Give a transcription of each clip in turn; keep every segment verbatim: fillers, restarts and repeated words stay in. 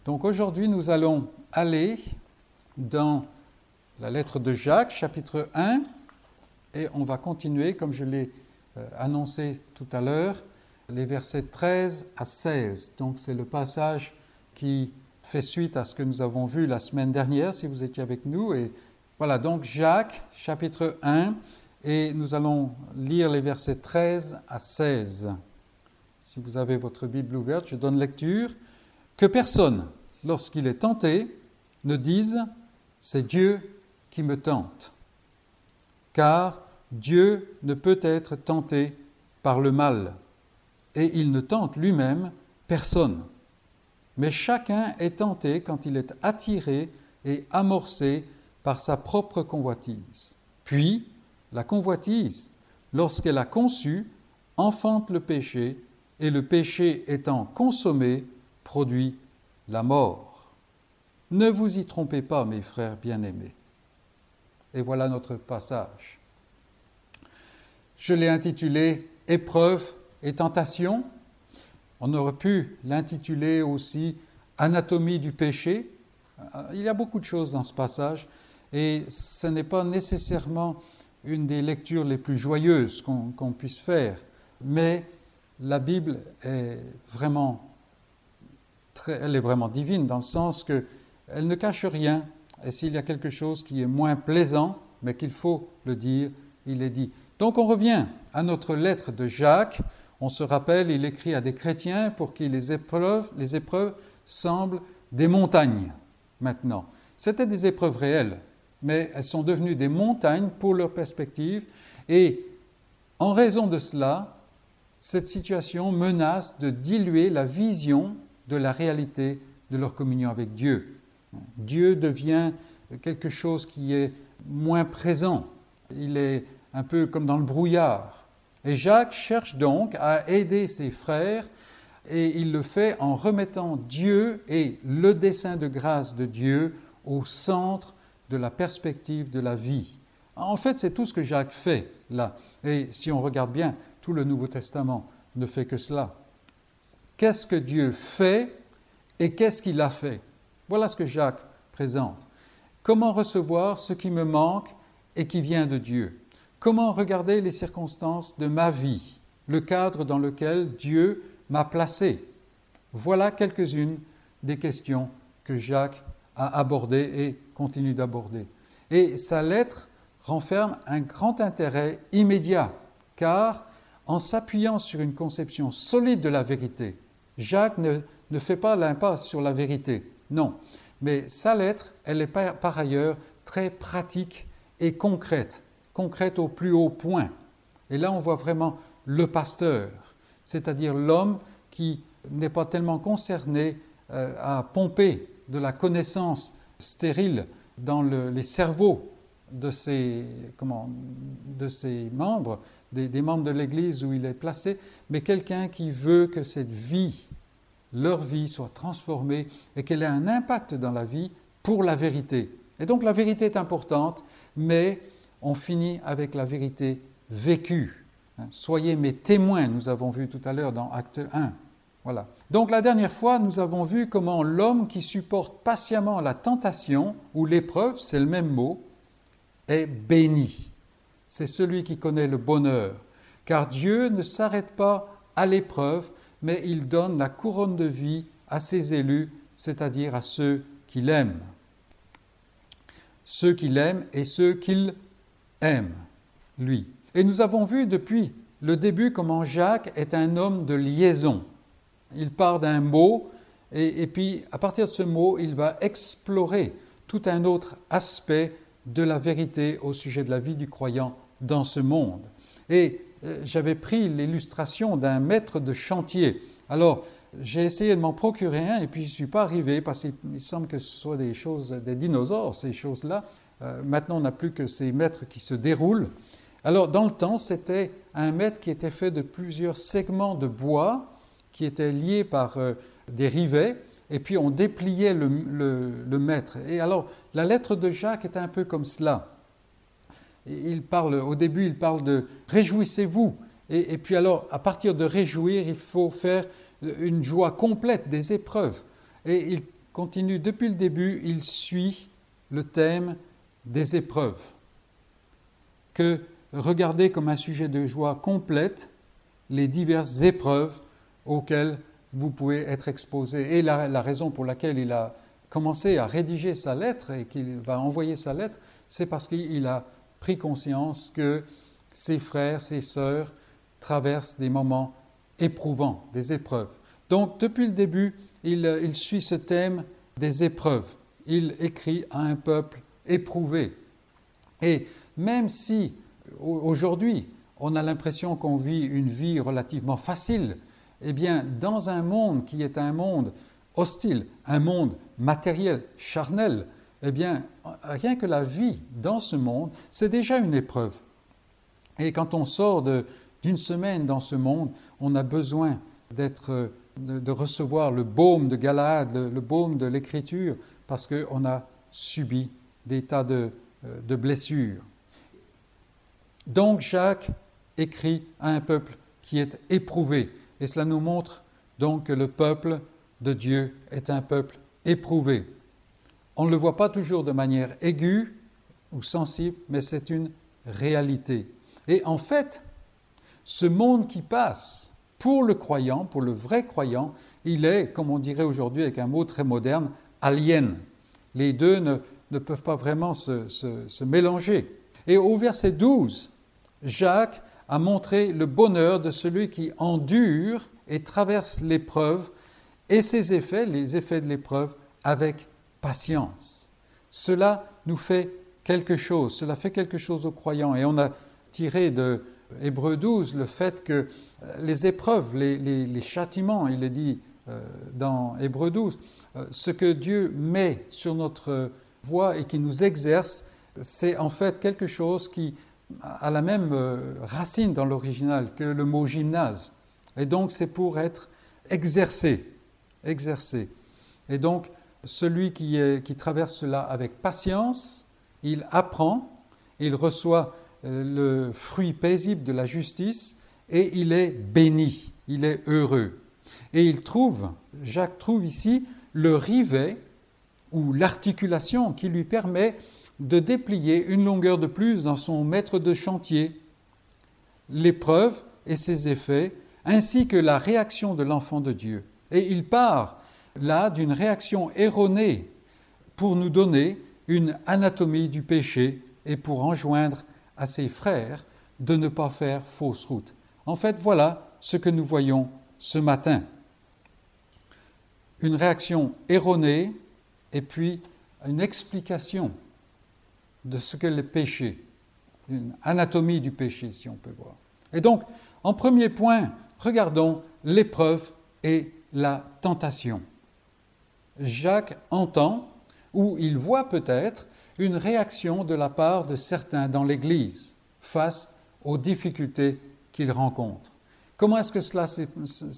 Donc aujourd'hui, nous allons aller dans la lettre de Jacques, chapitre un, et on va continuer, comme je l'ai euh, annoncé tout à l'heure, les versets treize à seize. Donc c'est le passage qui fait suite à ce que nous avons vu la semaine dernière, si vous étiez avec nous. Et voilà, donc Jacques, chapitre un, et nous allons lire les versets treize à seize. Si vous avez votre Bible ouverte, je donne lecture. Que personne, lorsqu'il est tenté, ne dise « c'est Dieu qui me tente ». Car Dieu ne peut être tenté par le mal, et il ne tente lui-même personne. Mais chacun est tenté quand il est attiré et amorcé par sa propre convoitise. Puis, la convoitise, lorsqu'elle a conçu, enfante le péché, et le péché étant consommé, produit la mort. Ne vous y trompez pas, mes frères bien-aimés. Et voilà notre passage. Je l'ai intitulé « Épreuve et tentation ». On aurait pu l'intituler aussi « Anatomie du péché ». Il y a beaucoup de choses dans ce passage et ce n'est pas nécessairement une des lectures les plus joyeuses qu'on, qu'on puisse faire, mais la Bible est vraiment, très, elle est vraiment divine dans le sens qu'elle ne cache rien. Et s'il y a quelque chose qui est moins plaisant, mais qu'il faut le dire, il est dit. Donc on revient à notre lettre de Jacques. On se rappelle, il écrit à des chrétiens pour qui les épreuves, les épreuves semblent des montagnes maintenant. C'était des épreuves réelles, mais elles sont devenues des montagnes pour leur perspective. Et en raison de cela, cette situation menace de diluer la vision de la réalité de leur communion avec Dieu. Dieu devient quelque chose qui est moins présent. Il est un peu comme dans le brouillard. Et Jacques cherche donc à aider ses frères et il le fait en remettant Dieu et le dessein de grâce de Dieu au centre de la perspective de la vie. En fait, c'est tout ce que Jacques fait là. Et si on regarde bien, tout le Nouveau Testament ne fait que cela. Qu'est-ce que Dieu fait et qu'est-ce qu'il a fait? Voilà ce que Jacques présente. Comment recevoir ce qui me manque et qui vient de Dieu? Comment regarder les circonstances de ma vie, le cadre dans lequel Dieu m'a placé? Voilà quelques-unes des questions que Jacques a abordées et continue d'aborder. Et sa lettre renferme un grand intérêt immédiat, car en s'appuyant sur une conception solide de la vérité, Jacques ne, ne fait pas l'impasse sur la vérité, non. Mais sa lettre, elle est par, par ailleurs très pratique et concrète, concrète au plus haut point. Et là, on voit vraiment le pasteur, c'est-à-dire l'homme qui n'est pas tellement concerné euh, à pomper de la connaissance stérile dans le, les cerveaux de ses, comment, de ses membres, des, des membres de l'Église où il est placé, mais quelqu'un qui veut que cette vie, leur vie soit transformée et qu'elle ait un impact dans la vie pour la vérité. Et donc la vérité est importante, mais on finit avec la vérité vécue. Soyez mes témoins, nous avons vu tout à l'heure dans Acte un. Voilà. Donc la dernière fois, nous avons vu comment l'homme qui supporte patiemment la tentation, ou l'épreuve, c'est le même mot, est béni. C'est celui qui connaît le bonheur, car Dieu ne s'arrête pas à l'épreuve, mais il donne la couronne de vie à ses élus, c'est-à-dire à ceux qu'il aime. Ceux qu'il aime et ceux qu'il aime, lui. Et nous avons vu depuis le début comment Jacques est un homme de liaison. Il part d'un mot et, et puis à partir de ce mot, il va explorer tout un autre aspect de la vérité au sujet de la vie du croyant dans ce monde. Et euh, j'avais pris l'illustration d'un maître de chantier. Alors, j'ai essayé de m'en procurer un et puis je ne suis pas arrivé parce qu'il semble que ce soit des choses, des dinosaures, ces choses-là. Euh, maintenant, on n'a plus que ces mètres qui se déroulent. Alors, dans le temps, c'était un mètre qui était fait de plusieurs segments de bois qui étaient liés par euh, des rivets et puis on dépliait le, le, le mètre. Et alors, la lettre de Jacques est un peu comme cela. Il parle, au début, il parle de « réjouissez-vous ». Et, et puis alors, à partir de « réjouir », il faut faire une joie complète des épreuves. Et il continue depuis le début, il suit le thème des épreuves, que regardez comme un sujet de joie complète les diverses épreuves auxquelles vous pouvez être exposé. Et la, la raison pour laquelle il a commencé à rédiger sa lettre et qu'il va envoyer sa lettre, c'est parce qu'il a pris conscience que ses frères, ses sœurs traversent des moments éprouvants, des épreuves. Donc, depuis le début, il, il suit ce thème des épreuves. Il écrit à un peuple éprouvé. Et même si, aujourd'hui, on a l'impression qu'on vit une vie relativement facile, eh bien, dans un monde qui est un monde hostile, un monde matériel, charnel, eh bien, rien que la vie dans ce monde, c'est déjà une épreuve. Et quand on sort de, d'une semaine dans ce monde, on a besoin d'être, de, de recevoir le baume de Galaad, le, le baume de l'Écriture, parce qu'on a subi des tas de, de blessures. Donc Jacques écrit à un peuple qui est éprouvé. Et cela nous montre donc que le peuple de Dieu est un peuple éprouvé. On ne le voit pas toujours de manière aiguë ou sensible, mais c'est une réalité. Et en fait, ce monde qui passe, pour le croyant, pour le vrai croyant, il est, comme on dirait aujourd'hui avec un mot très moderne, alien. Les deux ne, ne peuvent pas vraiment se, se, se mélanger. Et au verset douze, Jacques a montré le bonheur de celui qui endure et traverse l'épreuve et ses effets, les effets de l'épreuve, avec patience. Cela nous fait quelque chose, cela fait quelque chose aux croyants. Et on a tiré de Hébreux douze le fait que les épreuves, les, les, les châtiments, il est dit euh, dans Hébreux douze, euh, ce que Dieu met sur notre voie et qui nous exerce, c'est en fait quelque chose qui a la même euh, racine dans l'original que le mot gymnase. Et donc c'est pour être exercé, exercé. Et donc celui qui, est, qui traverse cela avec patience, il apprend, il reçoit le fruit paisible de la justice et il est béni, il est heureux. Et il trouve, Jacques trouve ici le rivet ou l'articulation qui lui permet de déplier une longueur de plus dans son maître de chantier, l'épreuve et ses effets, ainsi que la réaction de l'enfant de Dieu. Et il part là d'une réaction erronée pour nous donner une anatomie du péché et pour enjoindre à ses frères de ne pas faire fausse route. En fait, voilà ce que nous voyons ce matin. Une réaction erronée et puis une explication de ce qu'est le péché, une anatomie du péché, si on peut voir. Et donc, en premier point, regardons l'épreuve et la tentation. Jacques entend, ou il voit peut-être, une réaction de la part de certains dans l'Église face aux difficultés qu'ils rencontrent. Comment est-ce que cela s'exprime ?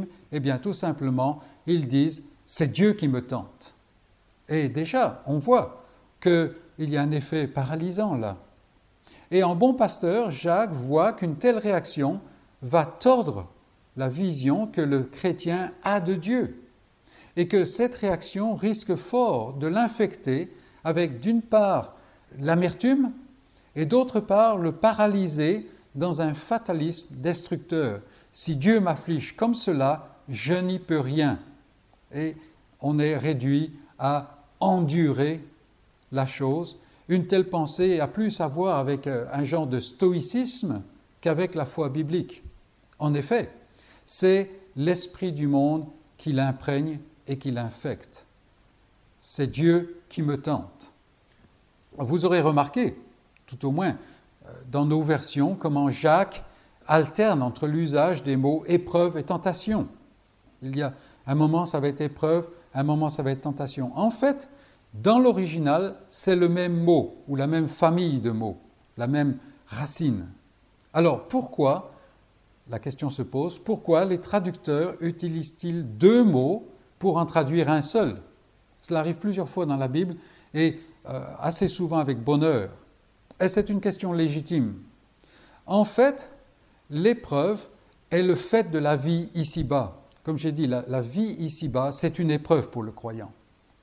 Eh bien, tout simplement, ils disent « c'est Dieu qui me tente ». Et déjà, on voit qu'il y a un effet paralysant là. Et en bon pasteur, Jacques voit qu'une telle réaction va tordre la vision que le chrétien a de Dieu et que cette réaction risque fort de l'infecter avec d'une part l'amertume et d'autre part le paralyser dans un fatalisme destructeur. Si Dieu m'afflige comme cela, je n'y peux rien. Et on est réduit à endurer la chose. Une telle pensée a plus à voir avec un genre de stoïcisme qu'avec la foi biblique. En effet, c'est l'esprit du monde qui l'imprègne et qui l'infecte. C'est Dieu qui me tente. Vous aurez remarqué, tout au moins dans nos versions, comment Jacques alterne entre l'usage des mots épreuve et tentation. Il y a un moment ça va être épreuve, un moment ça va être tentation. En fait, dans l'original, c'est le même mot ou la même famille de mots, la même racine. Alors pourquoi, la question se pose, pourquoi les traducteurs utilisent-ils deux mots pour en traduire un seul ? Cela arrive plusieurs fois dans la Bible et euh, assez souvent avec bonheur. Et c'est une question légitime. En fait, l'épreuve est le fait de la vie ici-bas. Comme j'ai dit, la, la vie ici-bas, c'est une épreuve pour le croyant.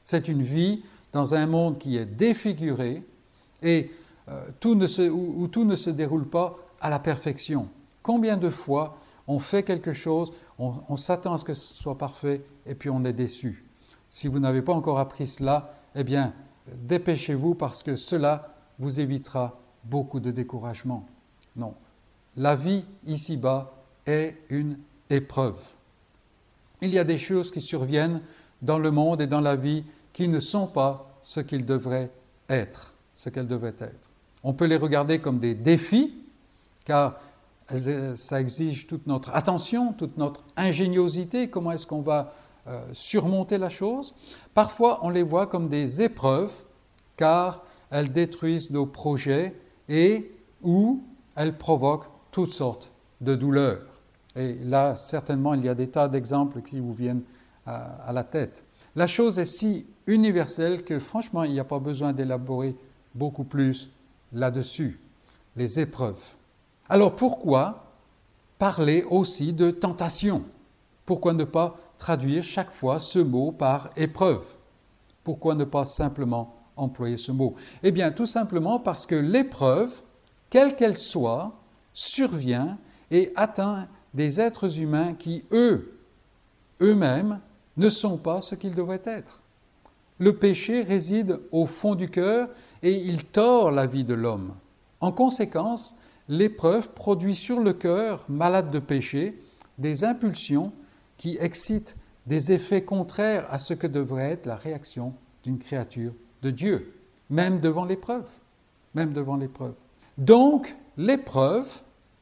C'est une vie dans un monde qui est défiguré et euh, tout ne se, où, où tout ne se déroule pas à la perfection. Combien de fois on fait quelque chose, on, on s'attend à ce que ce soit parfait et puis on est déçu. Si vous n'avez pas encore appris cela, eh bien, dépêchez-vous parce que cela vous évitera beaucoup de découragement. Non, la vie ici-bas est une épreuve. Il y a des choses qui surviennent dans le monde et dans la vie qui ne sont pas ce qu'ils devraient être, ce qu'elles devraient être. On peut les regarder comme des défis, car ça exige toute notre attention, toute notre ingéniosité, comment est-ce qu'on va euh, surmonter la chose. Parfois, on les voit comme des épreuves, car elles détruisent nos projets et ou elles provoquent toutes sortes de douleurs. Et là, certainement, il y a des tas d'exemples qui vous viennent à, à la tête. La chose est si universelle que, franchement, il n'y a pas besoin d'élaborer beaucoup plus là-dessus, les épreuves. Alors pourquoi parler aussi de tentation? Pourquoi ne pas traduire chaque fois ce mot par épreuve? Pourquoi ne pas simplement employer ce mot? Eh bien, tout simplement parce que l'épreuve, quelle qu'elle soit, survient et atteint des êtres humains qui, eux, eux-mêmes, ne sont pas ce qu'ils devraient être. Le péché réside au fond du cœur et il tord la vie de l'homme. En conséquence, l'épreuve produit sur le cœur, malade de péché, des impulsions qui excitent des effets contraires à ce que devrait être la réaction d'une créature de Dieu, même devant l'épreuve. Même devant l'épreuve. Donc, l'épreuve,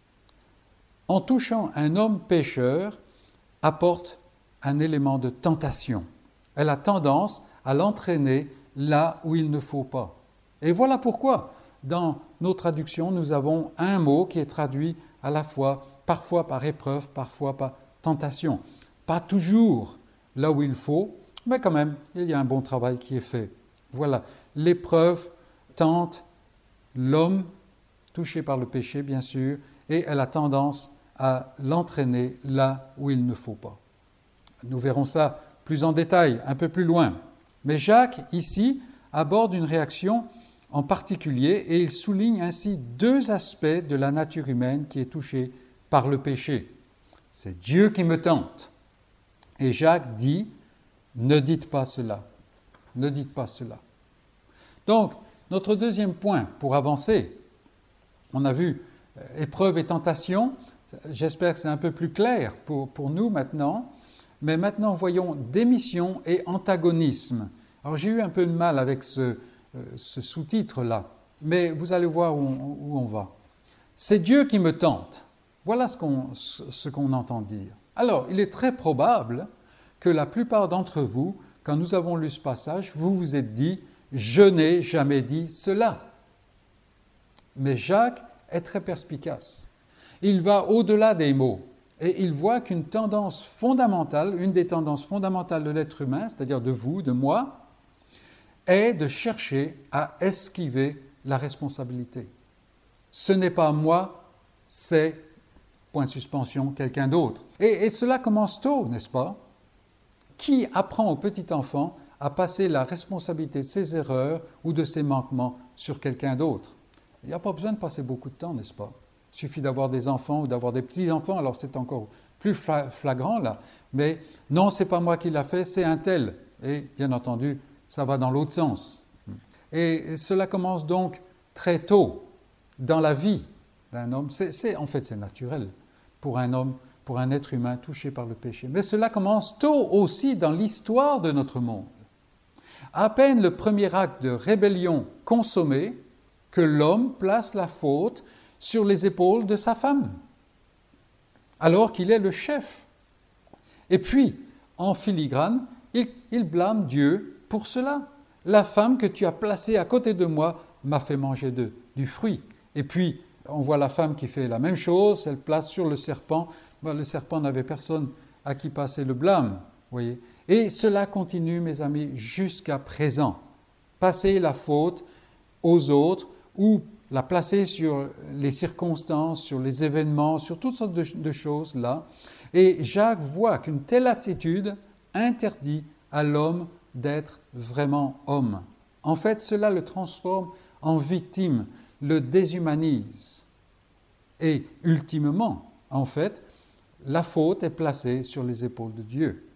en touchant un homme pécheur, apporte un élément de tentation. Elle a tendance à l'entraîner là où il ne faut pas. Et voilà pourquoi, dans nos traductions, nous avons un mot qui est traduit à la fois, parfois par épreuve, parfois par tentation. Pas toujours là où il faut, mais quand même, il y a un bon travail qui est fait. Voilà, l'épreuve tente l'homme, touché par le péché, bien sûr, et elle a tendance à l'entraîner là où il ne faut pas. Nous verrons ça plus en détail, un peu plus loin. Mais Jacques, ici, aborde une réaction en particulier et il souligne ainsi deux aspects de la nature humaine qui est touchée par le péché. C'est Dieu qui me tente. Et Jacques dit, ne dites pas cela. Ne dites pas cela. Donc, notre deuxième point pour avancer, on a vu euh, épreuve et tentation. J'espère que c'est un peu plus clair pour, pour nous maintenant. Mais maintenant, voyons démission et antagonisme. Alors, j'ai eu un peu de mal avec ce, euh, ce sous-titre-là, mais vous allez voir où on, où on va. C'est Dieu qui me tente. Voilà ce qu'on, ce qu'on entend dire. Alors, il est très probable que la plupart d'entre vous, quand nous avons lu ce passage, vous vous êtes dit « Je n'ai jamais dit cela ». Mais Jacques est très perspicace. Il va au-delà des mots. Et il voit qu'une tendance fondamentale, une des tendances fondamentales de l'être humain, c'est-à-dire de vous, de moi, est de chercher à esquiver la responsabilité. Ce n'est pas moi, c'est, point de suspension, quelqu'un d'autre. Et, et cela commence tôt, n'est-ce pas? Qui apprend au petit enfant à passer la responsabilité de ses erreurs ou de ses manquements sur quelqu'un d'autre? Il n'y a pas besoin de passer beaucoup de temps, n'est-ce pas? Il suffit d'avoir des enfants ou d'avoir des petits-enfants, alors c'est encore plus flagrant là. Mais non, ce n'est pas moi qui l'a fait, c'est un tel. Et bien entendu, ça va dans l'autre sens. Et cela commence donc très tôt dans la vie d'un homme. C'est, c'est, en fait, c'est naturel pour un homme, pour un être humain touché par le péché. Mais cela commence tôt aussi dans l'histoire de notre monde. À peine le premier acte de rébellion consommé, que l'homme place la faute sur les épaules de sa femme, alors qu'il est le chef. Et puis, en filigrane, il, il blâme Dieu pour cela. La femme que tu as placée à côté de moi m'a fait manger de, du fruit. Et puis, on voit la femme qui fait la même chose, elle place sur le serpent. Le serpent n'avait personne à qui passer le blâme. Voyez. Et cela continue, mes amis, jusqu'à présent. Passer la faute aux autres ou la placer sur les circonstances, sur les événements, sur toutes sortes de, de choses là. Et Jacques voit qu'une telle attitude interdit à l'homme d'être vraiment homme. En fait, cela le transforme en victime, le déshumanise. Et ultimement, en fait, la faute est placée sur les épaules de Dieu.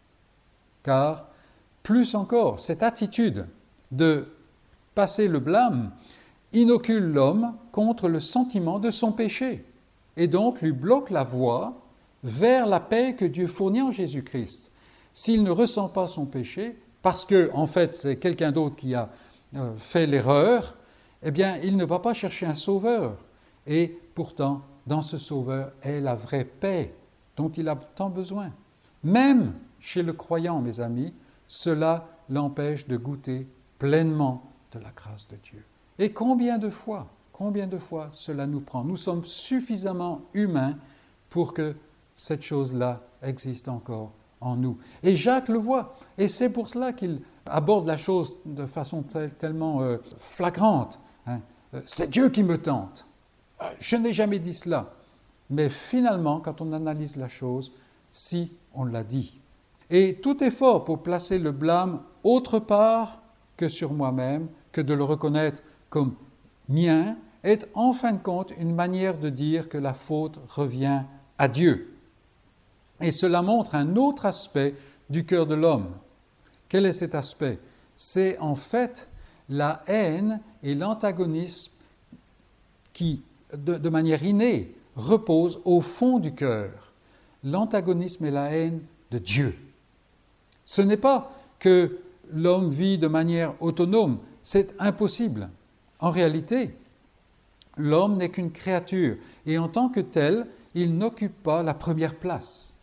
Car, plus encore, cette attitude de passer le blâme inocule l'homme contre le sentiment de son péché et donc lui bloque la voie vers la paix que Dieu fournit en Jésus-Christ. S'il ne ressent pas son péché, parce que en fait c'est quelqu'un d'autre qui a euh, fait l'erreur, eh bien il ne va pas chercher un sauveur. Et pourtant, dans ce sauveur est la vraie paix dont il a tant besoin. Même chez le croyant, mes amis, cela l'empêche de goûter pleinement de la grâce de Dieu. Et combien de fois, combien de fois cela nous prend? Nous sommes suffisamment humains pour que cette chose-là existe encore en nous. Et Jacques le voit. Et c'est pour cela qu'il aborde la chose de façon tel, tellement euh, flagrante. Hein. C'est Dieu qui me tente. Je n'ai jamais dit cela. Mais finalement, quand on analyse la chose, si on l'a dit. Et tout effort pour placer le blâme autre part que sur moi-même, que de le reconnaître comme mien, est en fin de compte une manière de dire que la faute revient à Dieu. Et cela montre un autre aspect du cœur de l'homme. Quel est cet aspect? C'est en fait la haine et l'antagonisme qui, de, de manière innée, reposent au fond du cœur. L'antagonisme et la haine de Dieu. Ce n'est pas que l'homme vit de manière autonome, c'est impossible. En réalité, l'homme n'est qu'une créature et en tant que tel, il n'occupe pas la première place.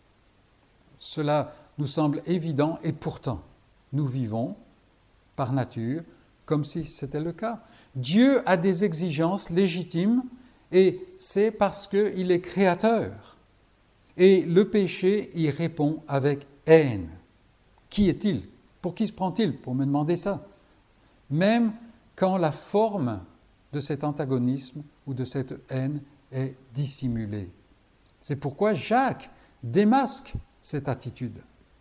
Cela nous semble évident et pourtant, nous vivons par nature comme si c'était le cas. Dieu a des exigences légitimes et c'est parce qu'il est créateur. Et le péché y répond avec haine. Qui est-il? Pour qui se prend-il pour me demander ça? Même quand la forme de cet antagonisme ou de cette haine est dissimulée. C'est pourquoi Jacques démasque cette attitude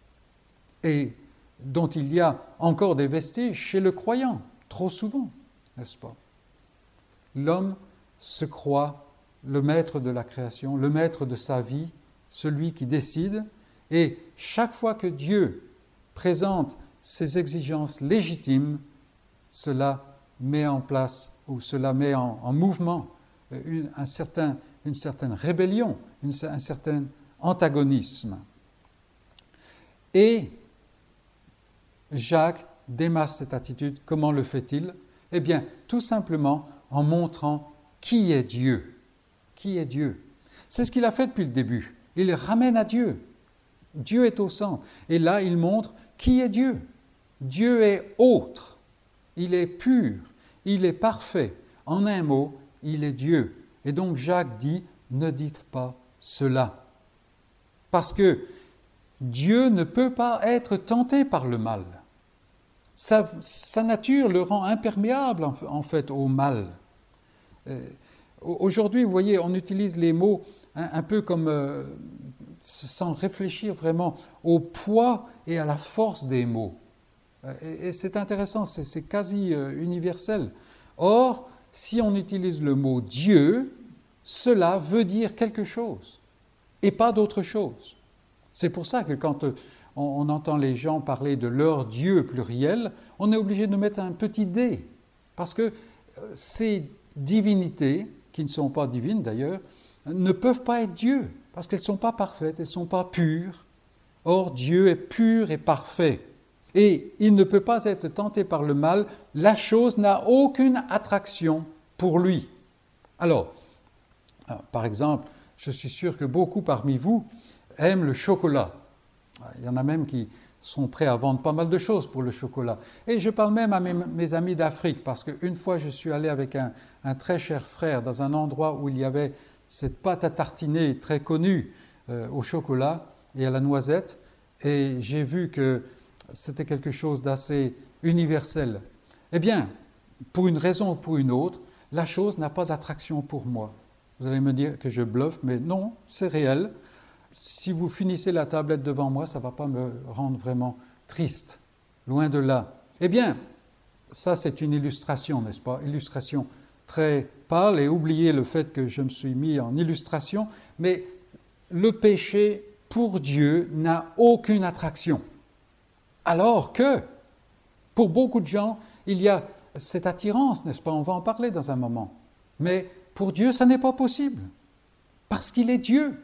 et dont il y a encore des vestiges chez le croyant, trop souvent, n'est-ce pas? L'homme se croit le maître de la création, le maître de sa vie, celui qui décide, et chaque fois que Dieu présente ses exigences légitimes, cela met en place ou cela met en, en mouvement une, un certain, une certaine rébellion, une, un certain antagonisme. Et Jacques démasque cette attitude. Comment le fait-il? Eh bien, tout simplement en montrant qui est Dieu. Qui est Dieu? C'est ce qu'il a fait depuis le début. Il ramène à Dieu. Dieu est au centre. Et là, il montre qui est Dieu. Dieu est autre. Il est pur. Il est parfait. En un mot, il est Dieu. Et donc Jacques dit, ne dites pas cela. Parce que Dieu ne peut pas être tenté par le mal. Sa, sa nature le rend imperméable en, en fait au mal. Euh, aujourd'hui, vous voyez, on utilise les mots un, un peu comme euh, sans réfléchir vraiment au poids et à la force des mots. Euh, et, et c'est intéressant, c'est, c'est quasi euh, universel. Or, si on utilise le mot Dieu, cela veut dire quelque chose et pas d'autre chose. C'est pour ça que quand on, on entend les gens parler de leur Dieu pluriel, on est obligé de mettre un petit D, parce que ces divinités, qui ne sont pas divines d'ailleurs, ne peuvent pas être Dieu, parce qu'elles ne sont pas parfaites, elles ne sont pas pures. Or, Dieu est pur et parfait. Et il ne peut pas être tenté par le mal, la chose n'a aucune attraction pour lui. Alors, par exemple, je suis sûr que beaucoup parmi vous aiment le chocolat. Il y en a même qui sont prêts à vendre pas mal de choses pour le chocolat. Et je parle même à mes, mes amis d'Afrique, parce qu'une fois je suis allé avec un, un très cher frère dans un endroit où il y avait cette pâte à tartiner très connue euh, au chocolat et à la noisette, et j'ai vu que c'était quelque chose d'assez universel. Eh bien, pour une raison ou pour une autre, la chose n'a pas d'attraction pour moi. Vous allez me dire que je bluffe, mais non, c'est réel. Si vous finissez la tablette devant moi, ça ne va pas me rendre vraiment triste. loin de là. Eh bien, ça c'est une illustration, n'est-ce pas? Illustration très pâle, et oubliez le fait que je me suis mis en illustration, mais le péché pour Dieu n'a aucune attraction. Alors que, pour beaucoup de gens, il y a cette attirance, n'est-ce pas? On va en parler dans un moment. Mais pour Dieu, ça n'est pas possible, parce qu'il est Dieu.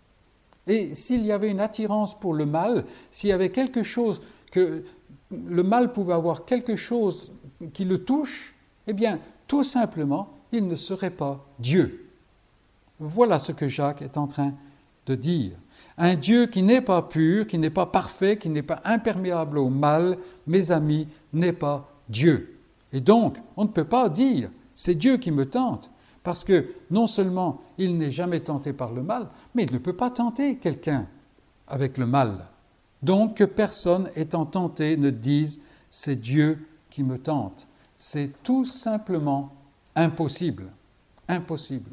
Et s'il y avait une attirance pour le mal, s'il y avait quelque chose, que le mal pouvait avoir quelque chose qui le touche, eh bien, tout simplement, il ne serait pas Dieu. Voilà ce que Jacques est en train de dire. Un Dieu qui n'est pas pur, qui n'est pas parfait, qui n'est pas imperméable au mal, mes amis, n'est pas Dieu. Et donc, on ne peut pas dire « c'est Dieu qui me tente », parce que non seulement il n'est jamais tenté par le mal, mais il ne peut pas tenter quelqu'un avec le mal. Donc, que personne étant tenté ne dise « c'est Dieu qui me tente ». C'est tout simplement impossible. Impossible.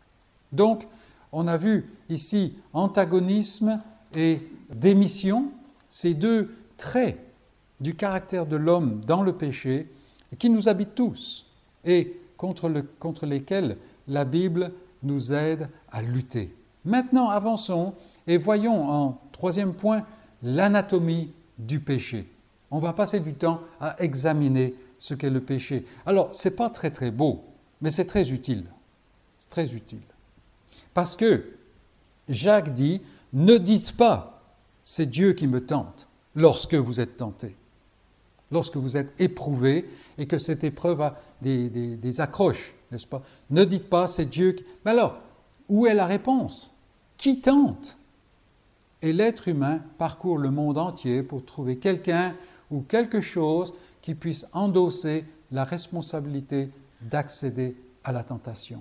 Donc, on a vu ici antagonisme et démission, ces deux traits du caractère de l'homme dans le péché qui nous habitent tous et contre, le, contre lesquels la Bible nous aide à lutter. Maintenant, avançons et voyons en troisième point l'anatomie du péché. On va passer du temps à examiner ce qu'est le péché. Alors, ce n'est pas très très beau, mais c'est très utile. C'est très utile. Parce que Jacques dit, ne dites pas, c'est Dieu qui me tente, lorsque vous êtes tenté, lorsque vous êtes éprouvé et que cette épreuve a des, des, des accroches, n'est-ce pas? Ne dites pas, c'est Dieu qui... Mais alors, où est la réponse? Qui tente? Et l'être humain parcourt le monde entier pour trouver quelqu'un ou quelque chose qui puisse endosser la responsabilité d'accéder à la tentation.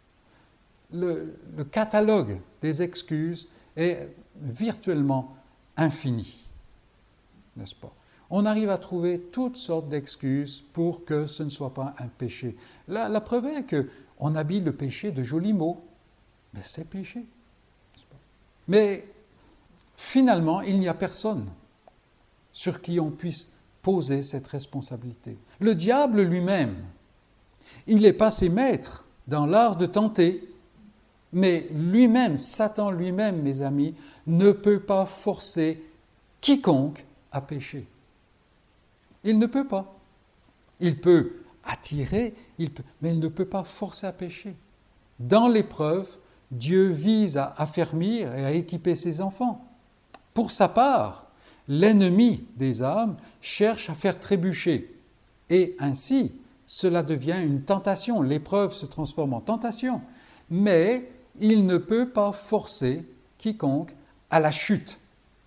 Le, le catalogue des excuses est virtuellement infini, n'est-ce pas? On arrive à trouver toutes sortes d'excuses pour que ce ne soit pas un péché. La, la preuve est qu'on habille le péché de jolis mots, mais c'est péché, n'est-ce pas? Mais finalement, il n'y a personne sur qui on puisse poser cette responsabilité. Le diable lui-même, il est passé maître dans l'art de tenter, mais lui-même, Satan lui-même, mes amis, ne peut pas forcer quiconque à pécher. Il ne peut pas. Il peut attirer, il peut, mais il ne peut pas forcer à pécher. Dans l'épreuve, Dieu vise à affermir et à équiper ses enfants. Pour sa part, l'ennemi des âmes cherche à faire trébucher. Et ainsi, cela devient une tentation. L'épreuve se transforme en tentation. Mais il ne peut pas forcer quiconque à la chute.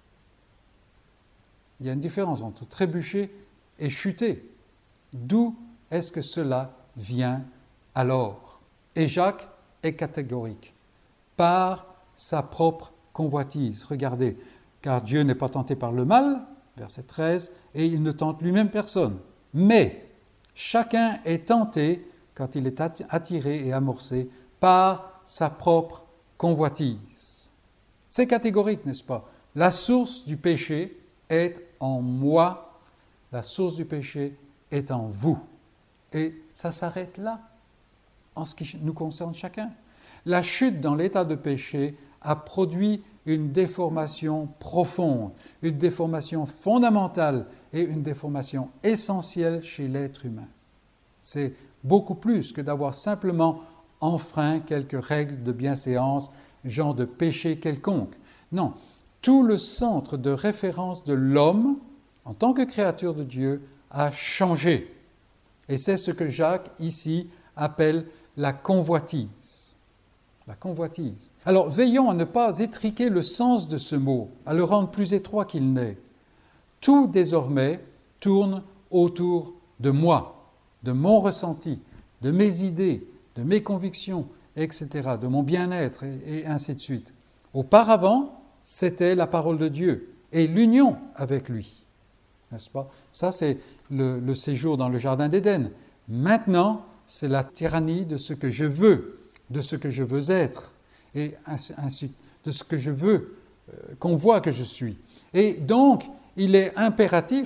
Il y a une différence entre trébucher et chuter. D'où est-ce que cela vient alors? Et Jacques est catégorique. Par sa propre convoitise. Regardez, car Dieu n'est pas tenté par le mal, verset treize, et il ne tente lui-même personne. Mais chacun est tenté quand il est attiré et amorcé par sa propre convoitise. C'est catégorique, n'est-ce pas? La source du péché est en moi, la source du péché est en vous. Et ça s'arrête là, en ce qui nous concerne chacun. La chute dans l'état de péché a produit une déformation profonde, une déformation fondamentale et une déformation essentielle chez l'être humain. C'est beaucoup plus que d'avoir simplement enfreint quelques règles de bienséance, genre de péché quelconque. Non, tout le centre de référence de l'homme, en tant que créature de Dieu, a changé. Et c'est ce que Jacques, ici, appelle la convoitise. La convoitise. Alors, veillons à ne pas étriquer le sens de ce mot, à le rendre plus étroit qu'il n'est. Tout, désormais, tourne autour de moi, de mon ressenti, de mes idées, de mes convictions, et cetera, de mon bien-être, et, et ainsi de suite. Auparavant, c'était la parole de Dieu et l'union avec lui. N'est-ce pas? Ça, c'est le, le séjour dans le jardin d'Éden. Maintenant, c'est la tyrannie de ce que je veux, de ce que je veux être, et ainsi, de ce que je veux euh, qu'on voit que je suis. Et donc, il est impératif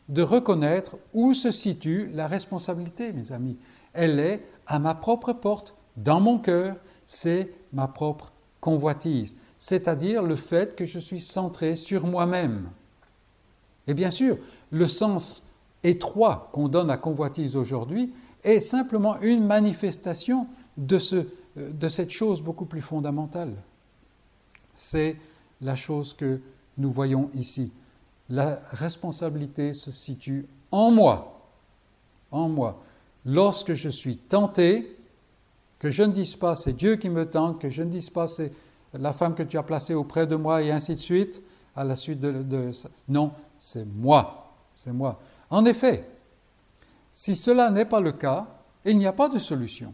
de reconnaître où se situe la responsabilité, mes amis. Elle est à ma propre porte, dans mon cœur, c'est ma propre convoitise, c'est-à-dire le fait que je suis centré sur moi-même. Et bien sûr, le sens étroit qu'on donne à convoitise aujourd'hui est simplement une manifestation de, ce, de cette chose beaucoup plus fondamentale. C'est la chose que nous voyons ici. La responsabilité se situe en moi, en moi. Lorsque je suis tenté, que je ne dise pas c'est Dieu qui me tente, que je ne dise pas c'est la femme que tu as placée auprès de moi et ainsi de suite, à la suite de, de ça. Non, c'est moi, c'est moi. En effet, si cela n'est pas le cas, il n'y a pas de solution.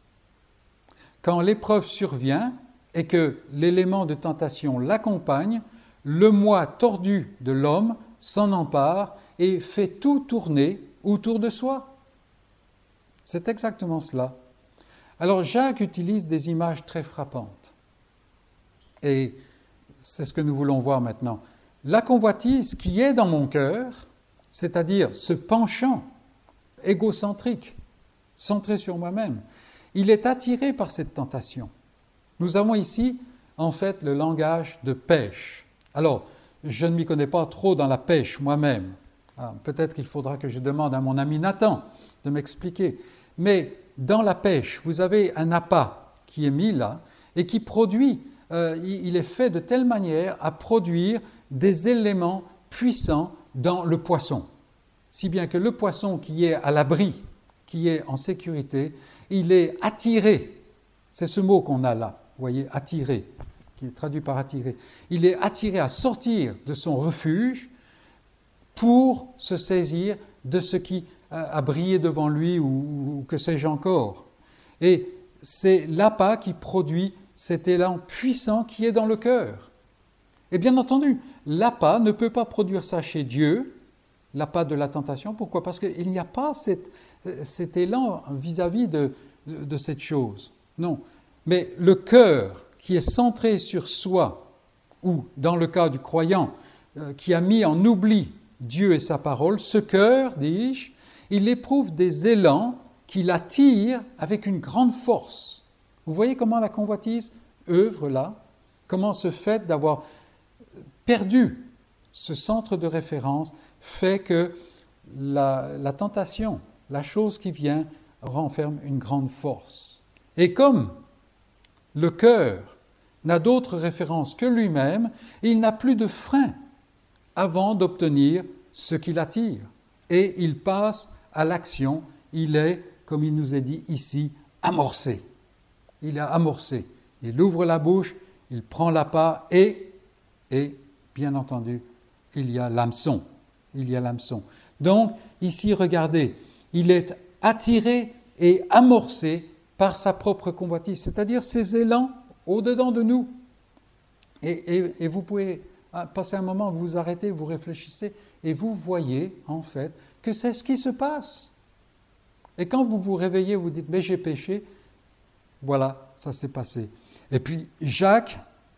Quand l'épreuve survient et que l'élément de tentation l'accompagne, le moi tordu de l'homme s'en empare et fait tout tourner autour de soi. C'est exactement cela. Alors Jacques utilise des images très frappantes. Et c'est ce que nous voulons voir maintenant. La convoitise qui est dans mon cœur, c'est-à-dire ce penchant égocentrique, centré sur moi-même, il est attiré par cette tentation. Nous avons ici, en fait, le langage de pêche. Alors, je ne m'y connais pas trop dans la pêche moi-même. Ah, peut-être qu'il faudra que je demande à mon ami Nathan de m'expliquer. Mais dans la pêche, vous avez un appât qui est mis là et qui produit, euh, il est fait de telle manière à produire des éléments puissants dans le poisson. Si bien que le poisson qui est à l'abri, qui est en sécurité, il est attiré. C'est ce mot qu'on a là, vous voyez, attiré, qui est traduit par attiré. Il est attiré à sortir de son refuge pour se saisir de ce qui a brillé devant lui ou, ou que sais-je encore. Et c'est l'appât qui produit cet élan puissant qui est dans le cœur. Et bien entendu, l'appât ne peut pas produire ça chez Dieu, l'appât de la tentation. Pourquoi ? Parce qu'il n'y a pas cette, cet élan vis-à-vis de, de, de cette chose. Non. Mais le cœur qui est centré sur soi, ou dans le cas du croyant, euh, qui a mis en oubli Dieu et sa parole, ce cœur, dis-je, il éprouve des élans qui l'attirent avec une grande force. Vous voyez comment la convoitise œuvre là ? Comment ce fait d'avoir perdu ce centre de référence fait que la, la tentation, la chose qui vient, renferme une grande force. Et comme le cœur n'a d'autre référence que lui-même, il n'a plus de frein avant d'obtenir ce qui l'attire. Et il passe à l'action, il est, comme il nous est dit ici, amorcé. Il est amorcé. Il ouvre la bouche, il prend l'appât et, et, bien entendu, il y a l'hameçon. Il y a l'hameçon. Donc, ici, regardez, il est attiré et amorcé par sa propre convoitise, c'est-à-dire ses élans au-dedans de nous. Et, et, et vous pouvez passer un moment, vous vous arrêtez, vous réfléchissez, et vous voyez, en fait, que c'est ce qui se passe. Et quand vous vous réveillez, vous dites « mais j'ai péché », voilà, ça s'est passé. Et puis Jacques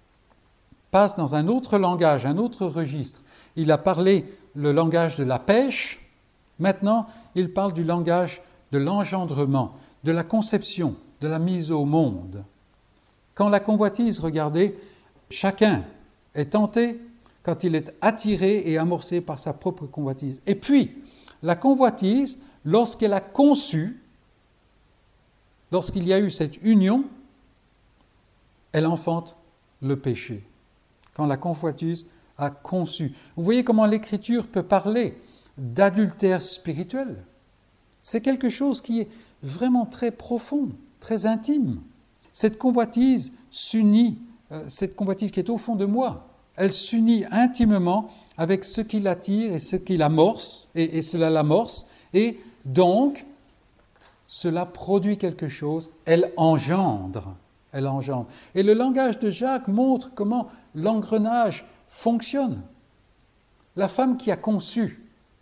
passe dans un autre langage, un autre registre. Il a parlé le langage de la pêche, maintenant il parle du langage de l'engendrement, de la conception, de la mise au monde. Quand la convoitise, regardez, chacun est tenté quand il est attiré et amorcé par sa propre convoitise. Et puis, la convoitise, lorsqu'elle a conçu, lorsqu'il y a eu cette union, elle enfante le péché. Quand la convoitise a conçu. Vous voyez comment l'Écriture peut parler d'adultère spirituel. C'est quelque chose qui est vraiment très profond, très intime. Cette convoitise s'unit, euh, cette convoitise qui est au fond de moi, elle s'unit intimement avec ce qui l'attire et ce qui l'amorce, et, et cela l'amorce, et donc cela produit quelque chose, elle engendre, elle engendre. Et le langage de Jacques montre comment l'engrenage fonctionne. La femme qui a conçu,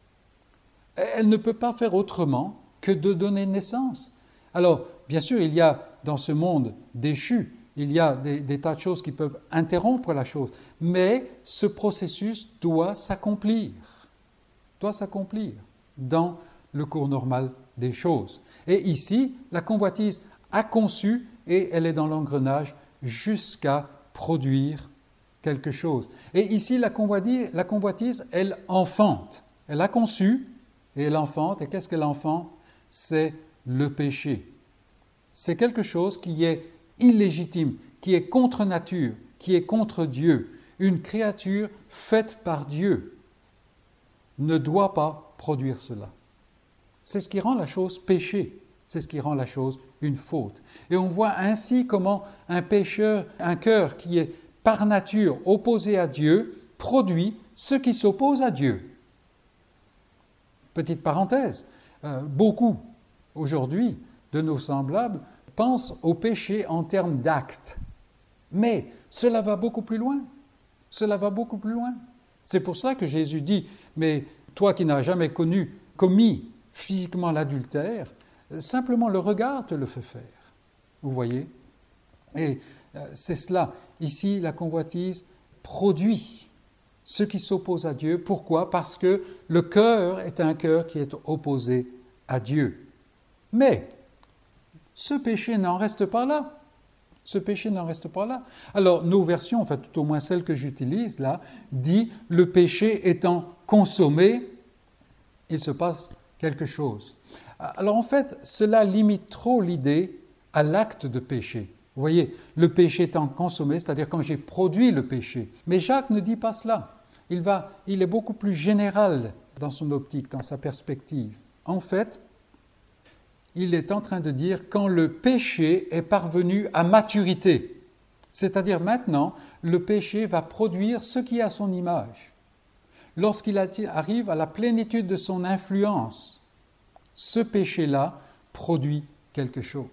elle ne peut pas faire autrement que de donner naissance. Alors, bien sûr, il y a dans ce monde déchu, il y a des, des tas de choses qui peuvent interrompre la chose, mais ce processus doit s'accomplir, doit s'accomplir dans le cours normal des choses. Et ici, la convoitise a conçu et elle est dans l'engrenage jusqu'à produire quelque chose. Et ici, la convoitise, la convoitise, elle enfante. Elle a conçu et elle enfante. Et qu'est-ce qu'elle enfante? C'est le péché. C'est quelque chose qui est illégitime, qui est contre nature, qui est contre Dieu. Une créature faite par Dieu ne doit pas produire cela. C'est ce qui rend la chose péché. C'est ce qui rend la chose une faute. Et on voit ainsi comment un pécheur, un cœur qui est par nature opposé à Dieu, produit ce qui s'oppose à Dieu. Petite parenthèse, euh, beaucoup aujourd'hui de nos semblables pensent au péché en termes d'actes. Mais cela va beaucoup plus loin. Cela va beaucoup plus loin. C'est pour cela que Jésus dit, mais toi qui n'as jamais connu, commis physiquement l'adultère, simplement le regard te le fait faire. Vous voyez? Et euh, c'est cela. Ici, la convoitise produit ce qui s'oppose à Dieu. Pourquoi? Parce que le cœur est un cœur qui est opposé à Dieu. Mais ce péché n'en reste pas là. Ce péché n'en reste pas là. Alors, nos versions, enfin tout au moins celle que j'utilise là, dit « le péché étant consommé, il se passe quelque chose ». Alors en fait, cela limite trop l'idée à l'acte de péché. Vous voyez, le péché étant consommé, c'est-à-dire quand j'ai produit le péché. Mais Jacques ne dit pas cela. Il, va, il est beaucoup plus général dans son optique, dans sa perspective. En fait, il est en train de dire quand le péché est parvenu à maturité. C'est-à-dire maintenant, le péché va produire ce qui est à son image. Lorsqu'il arrive à la plénitude de son influence, ce péché-là produit quelque chose.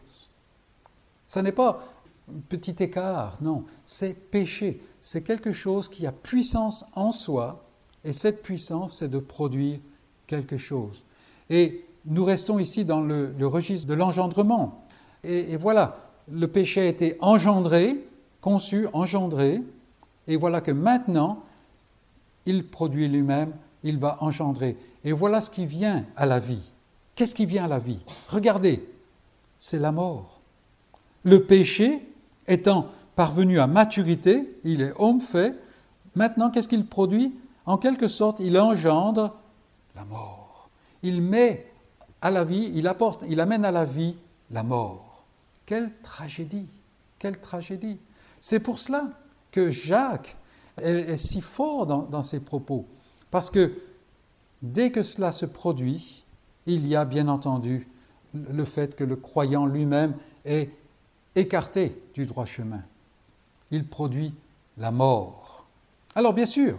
Ce n'est pas un petit écart, non, c'est péché. C'est quelque chose qui a puissance en soi, et cette puissance, c'est de produire quelque chose. Et nous restons ici dans le, le registre de l'engendrement. Et, et voilà, le péché a été engendré, conçu, engendré, et voilà que maintenant, il produit lui-même, il va engendrer. Et voilà ce qui vient à la vie. Qu'est-ce qui vient à la vie? Regardez, c'est la mort. Le péché étant parvenu à maturité, il est homme fait, maintenant qu'est-ce qu'il produit? En quelque sorte, il engendre la mort. Il met à la vie, il apporte, il amène à la vie la mort. Quelle tragédie! Quelle tragédie! C'est pour cela que Jacques est, est si fort dans, dans ses propos, parce que dès que cela se produit, il y a bien entendu le fait que le croyant lui-même est écarté du droit chemin. Il produit la mort. Alors bien sûr,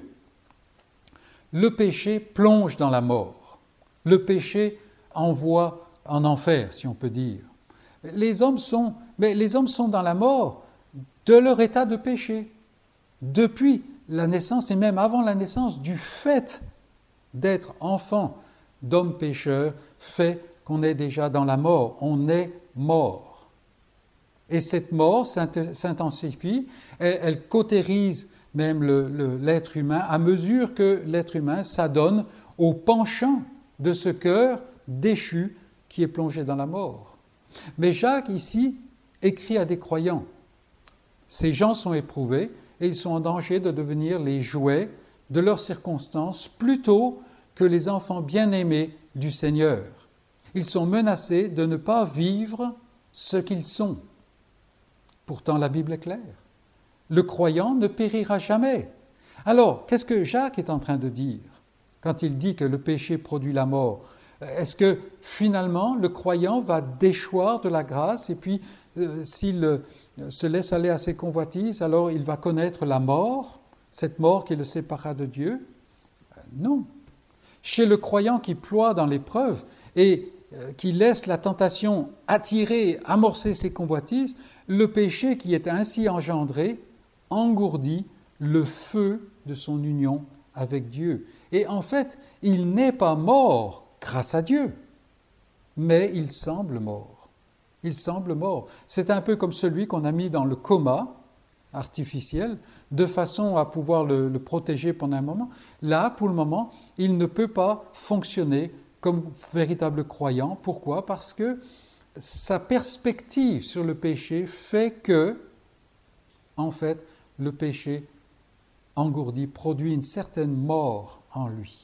le péché plonge dans la mort. Le péché envoie en enfer, si on peut dire. Les hommes sont, mais les hommes sont dans la mort de leur état de péché, depuis la naissance et même avant la naissance, du fait d'être enfant d'hommes pécheurs, fait qu'on est déjà dans la mort. On est mort. Et cette mort s'intensifie, elle, elle cautérise même le, le, l'être humain à mesure que l'être humain s'adonne au penchant de ce cœur déchu qui est plongé dans la mort. Mais Jacques, ici, écrit à des croyants. Ces gens sont éprouvés et ils sont en danger de devenir les jouets de leurs circonstances plutôt que les enfants bien-aimés du Seigneur. Ils sont menacés de ne pas vivre ce qu'ils sont. Pourtant, la Bible est claire. Le croyant ne périra jamais. Alors, qu'est-ce que Jacques est en train de dire quand il dit que le péché produit la mort? Est-ce que finalement le croyant va déchoir de la grâce et puis euh, s'il euh, se laisse aller à ses convoitises, alors il va connaître la mort, cette mort qui le séparera de Dieu? Non. Chez le croyant qui ploie dans l'épreuve et euh, qui laisse la tentation attirer, amorcer ses convoitises, le péché qui est ainsi engendré engourdit le feu de son union avec Dieu. Et en fait, il n'est pas mort grâce à Dieu, mais il semble mort. Il semble mort. C'est un peu comme celui qu'on a mis dans le coma artificielle, de façon à pouvoir le, le protéger pendant un moment. Là, pour le moment, il ne peut pas fonctionner comme véritable croyant. Pourquoi ? Parce que sa perspective sur le péché fait que, en fait, le péché engourdi produit une certaine mort en lui.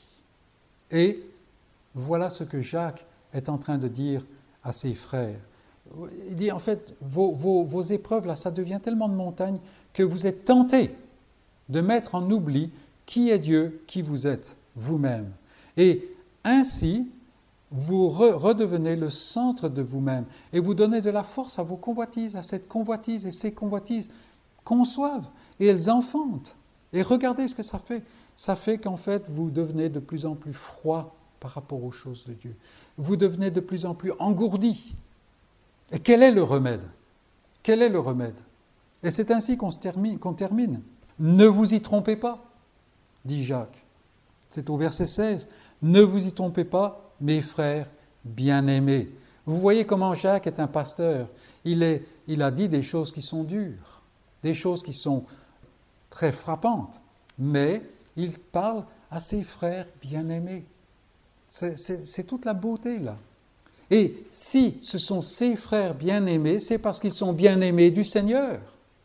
Et voilà ce que Jacques est en train de dire à ses frères. Il dit, en fait, vos, vos, vos épreuves, là, ça devient tellement de montagne que vous êtes tentés de mettre en oubli qui est Dieu, qui vous êtes vous-même. Et ainsi, vous re- redevenez le centre de vous-même et vous donnez de la force à vos convoitises, à cette convoitise, et ces convoitises conçoivent et elles enfantent. Et regardez ce que ça fait. Ça fait qu'en fait, vous devenez de plus en plus froid par rapport aux choses de Dieu. Vous devenez de plus en plus engourdi. Et quel est le remède ? Quel est le remède ? Et c'est ainsi qu'on, se termine, qu'on termine. Ne vous y trompez pas, dit Jacques. C'est au verset seize. Ne vous y trompez pas, mes frères bien-aimés. Vous voyez comment Jacques est un pasteur. Il, est, il a dit des choses qui sont dures, des choses qui sont très frappantes, mais il parle à ses frères bien-aimés. C'est, c'est, c'est toute la beauté là. Et si ce sont ses frères bien-aimés, c'est parce qu'ils sont bien-aimés du Seigneur.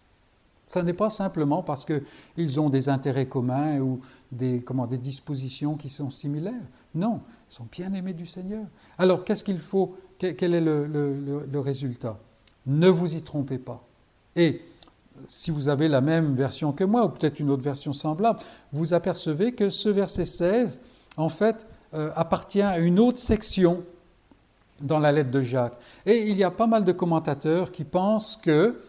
Ce n'est pas simplement parce qu'ils ont des intérêts communs ou des, comment, des dispositions qui sont similaires. Non, ils sont bien-aimés du Seigneur. Alors, qu'est-ce qu'il faut ? Quel est le, le, le, le résultat ? Ne vous y trompez pas. Et si vous avez la même version que moi, ou peut-être une autre version semblable, vous apercevez que ce verset seize, en fait, euh, appartient à une autre section dans la lettre de Jacques. Et il y a pas mal de commentateurs qui pensent que,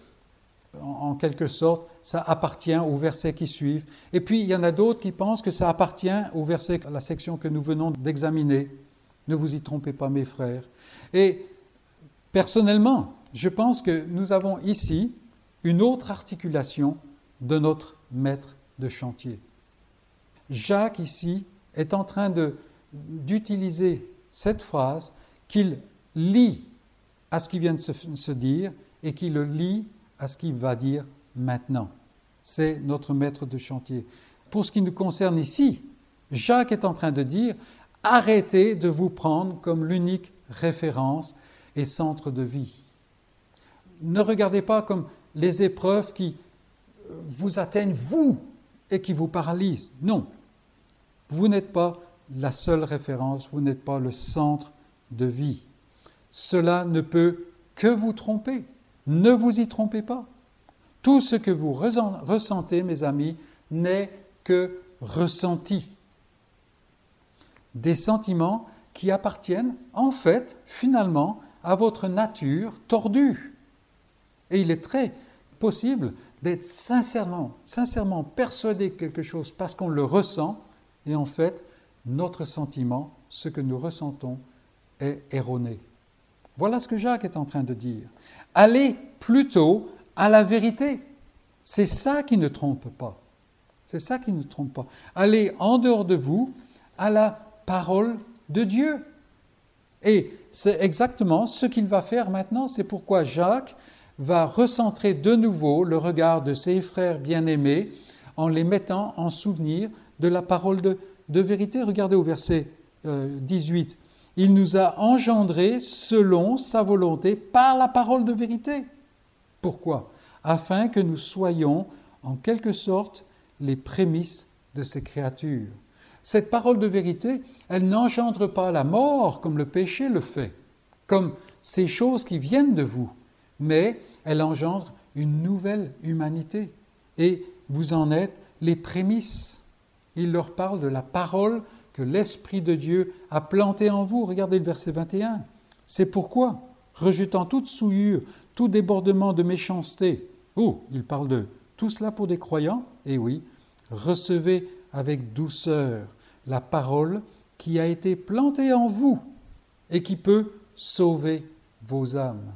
en quelque sorte, ça appartient aux versets qui suivent. Et puis, il y en a d'autres qui pensent que ça appartient au verset, à la section que nous venons d'examiner. Ne vous y trompez pas, mes frères. Et personnellement, je pense que nous avons ici une autre articulation de notre maître de chantier. Jacques, ici, est en train de, d'utiliser cette phrase qu'il lie à ce qui vient de se, se dire et qu'il le lie à ce qu'il va dire maintenant. C'est notre maître de chantier. Pour ce qui nous concerne ici, Jacques est en train de dire « Arrêtez de vous prendre comme l'unique référence et centre de vie. Ne regardez pas comme les épreuves qui vous atteignent, vous, et qui vous paralysent. Non, vous n'êtes pas la seule référence, vous n'êtes pas le centre de vie. Cela ne peut que vous tromper. Ne vous y trompez pas. Tout ce que vous ressentez, mes amis, n'est que ressenti. Des sentiments qui appartiennent, en fait, finalement, à votre nature tordue. Et il est très possible d'être sincèrement, sincèrement persuadé de quelque chose parce qu'on le ressent, et en fait, notre sentiment, ce que nous ressentons, est erroné. Voilà ce que Jacques est en train de dire. Allez plutôt à la vérité. C'est ça qui ne trompe pas. C'est ça qui ne trompe pas. Allez en dehors de vous à la parole de Dieu. Et c'est exactement ce qu'il va faire maintenant. C'est pourquoi Jacques va recentrer de nouveau le regard de ses frères bien-aimés en les mettant en souvenir de la parole de, de vérité. Regardez au verset euh, dix-huit. Il nous a engendrés selon sa volonté par la parole de vérité. Pourquoi ? Afin que nous soyons en quelque sorte les prémices de ces créatures. Cette parole de vérité, elle n'engendre pas la mort comme le péché le fait, comme ces choses qui viennent de vous, mais elle engendre une nouvelle humanité. Et vous en êtes les prémices. Il leur parle de la parole que l'Esprit de Dieu a plantée en vous. Regardez le verset vingt et un. C'est pourquoi, rejetant toute souillure, tout débordement de méchanceté, oh, il parle de tout cela pour des croyants, et oui, recevez avec douceur la parole qui a été plantée en vous et qui peut sauver vos âmes.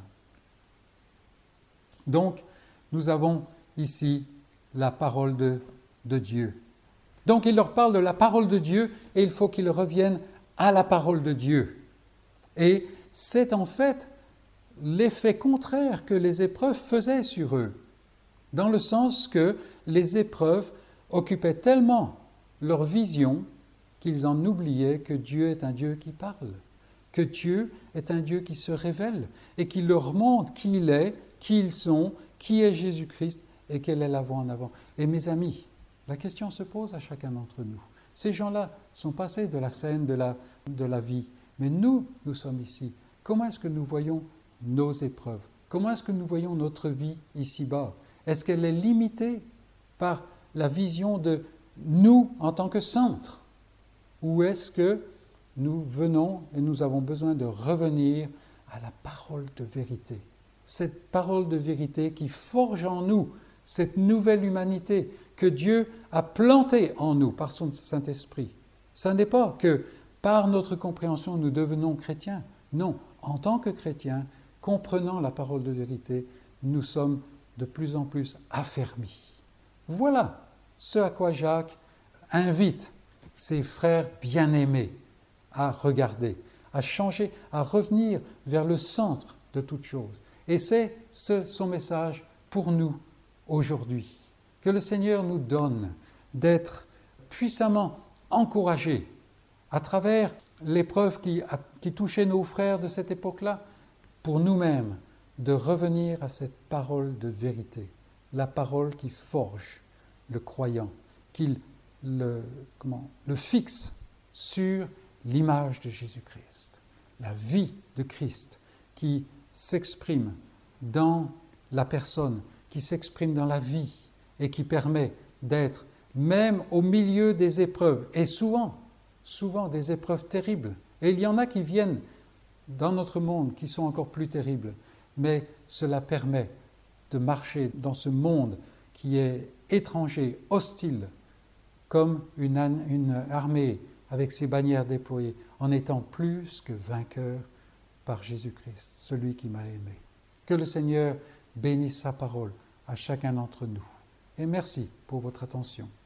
Donc, nous avons ici la parole de, de Dieu. Donc, il leur parle de la parole de Dieu et il faut qu'ils reviennent à la parole de Dieu. Et c'est en fait l'effet contraire que les épreuves faisaient sur eux. dans le sens que les épreuves occupaient tellement leur vision qu'ils en oubliaient que Dieu est un Dieu qui parle, que Dieu est un Dieu qui se révèle et qui leur montre qui il est, qui ils sont, qui est Jésus-Christ et quelle est la voie en avant. Et mes amis, la question se pose à chacun d'entre nous. Ces gens-là sont passés de la scène de la, de la vie, mais nous, nous sommes ici. Comment est-ce que nous voyons nos épreuves? Comment est-ce que nous voyons notre vie ici-bas? Est-ce qu'elle est limitée par la vision de nous en tant que centre? Ou est-ce que nous venons et nous avons besoin de revenir à la parole de vérité? Cette parole de vérité qui forge en nous cette nouvelle humanité que Dieu a plantée en nous par son Saint-Esprit. Ce n'est pas que par notre compréhension nous devenons chrétiens. Non, en tant que chrétiens, comprenant la parole de vérité, nous sommes de plus en plus affermis. Voilà ce à quoi Jacques invite ses frères bien-aimés à regarder, à changer, à revenir vers le centre de toute chose. Et c'est ce, son message pour nous aujourd'hui. Que le Seigneur nous donne d'être puissamment encouragés à travers l'épreuve qui, qui touchait nos frères de cette époque-là, pour nous-mêmes, de revenir à cette parole de vérité, la parole qui forge le croyant, qui le, comment, le fixe sur l'image de Jésus-Christ, la vie de Christ qui s'exprime dans la personne, qui s'exprime dans la vie et qui permet d'être, même au milieu des épreuves, et souvent, souvent des épreuves terribles. Et il y en a qui viennent dans notre monde qui sont encore plus terribles, mais cela permet de marcher dans ce monde qui est étranger, hostile, comme une, une armée avec ses bannières déployées, en étant plus que vainqueur par Jésus-Christ, celui qui m'a aimé. Que le Seigneur bénisse sa parole à chacun d'entre nous. Et merci pour votre attention.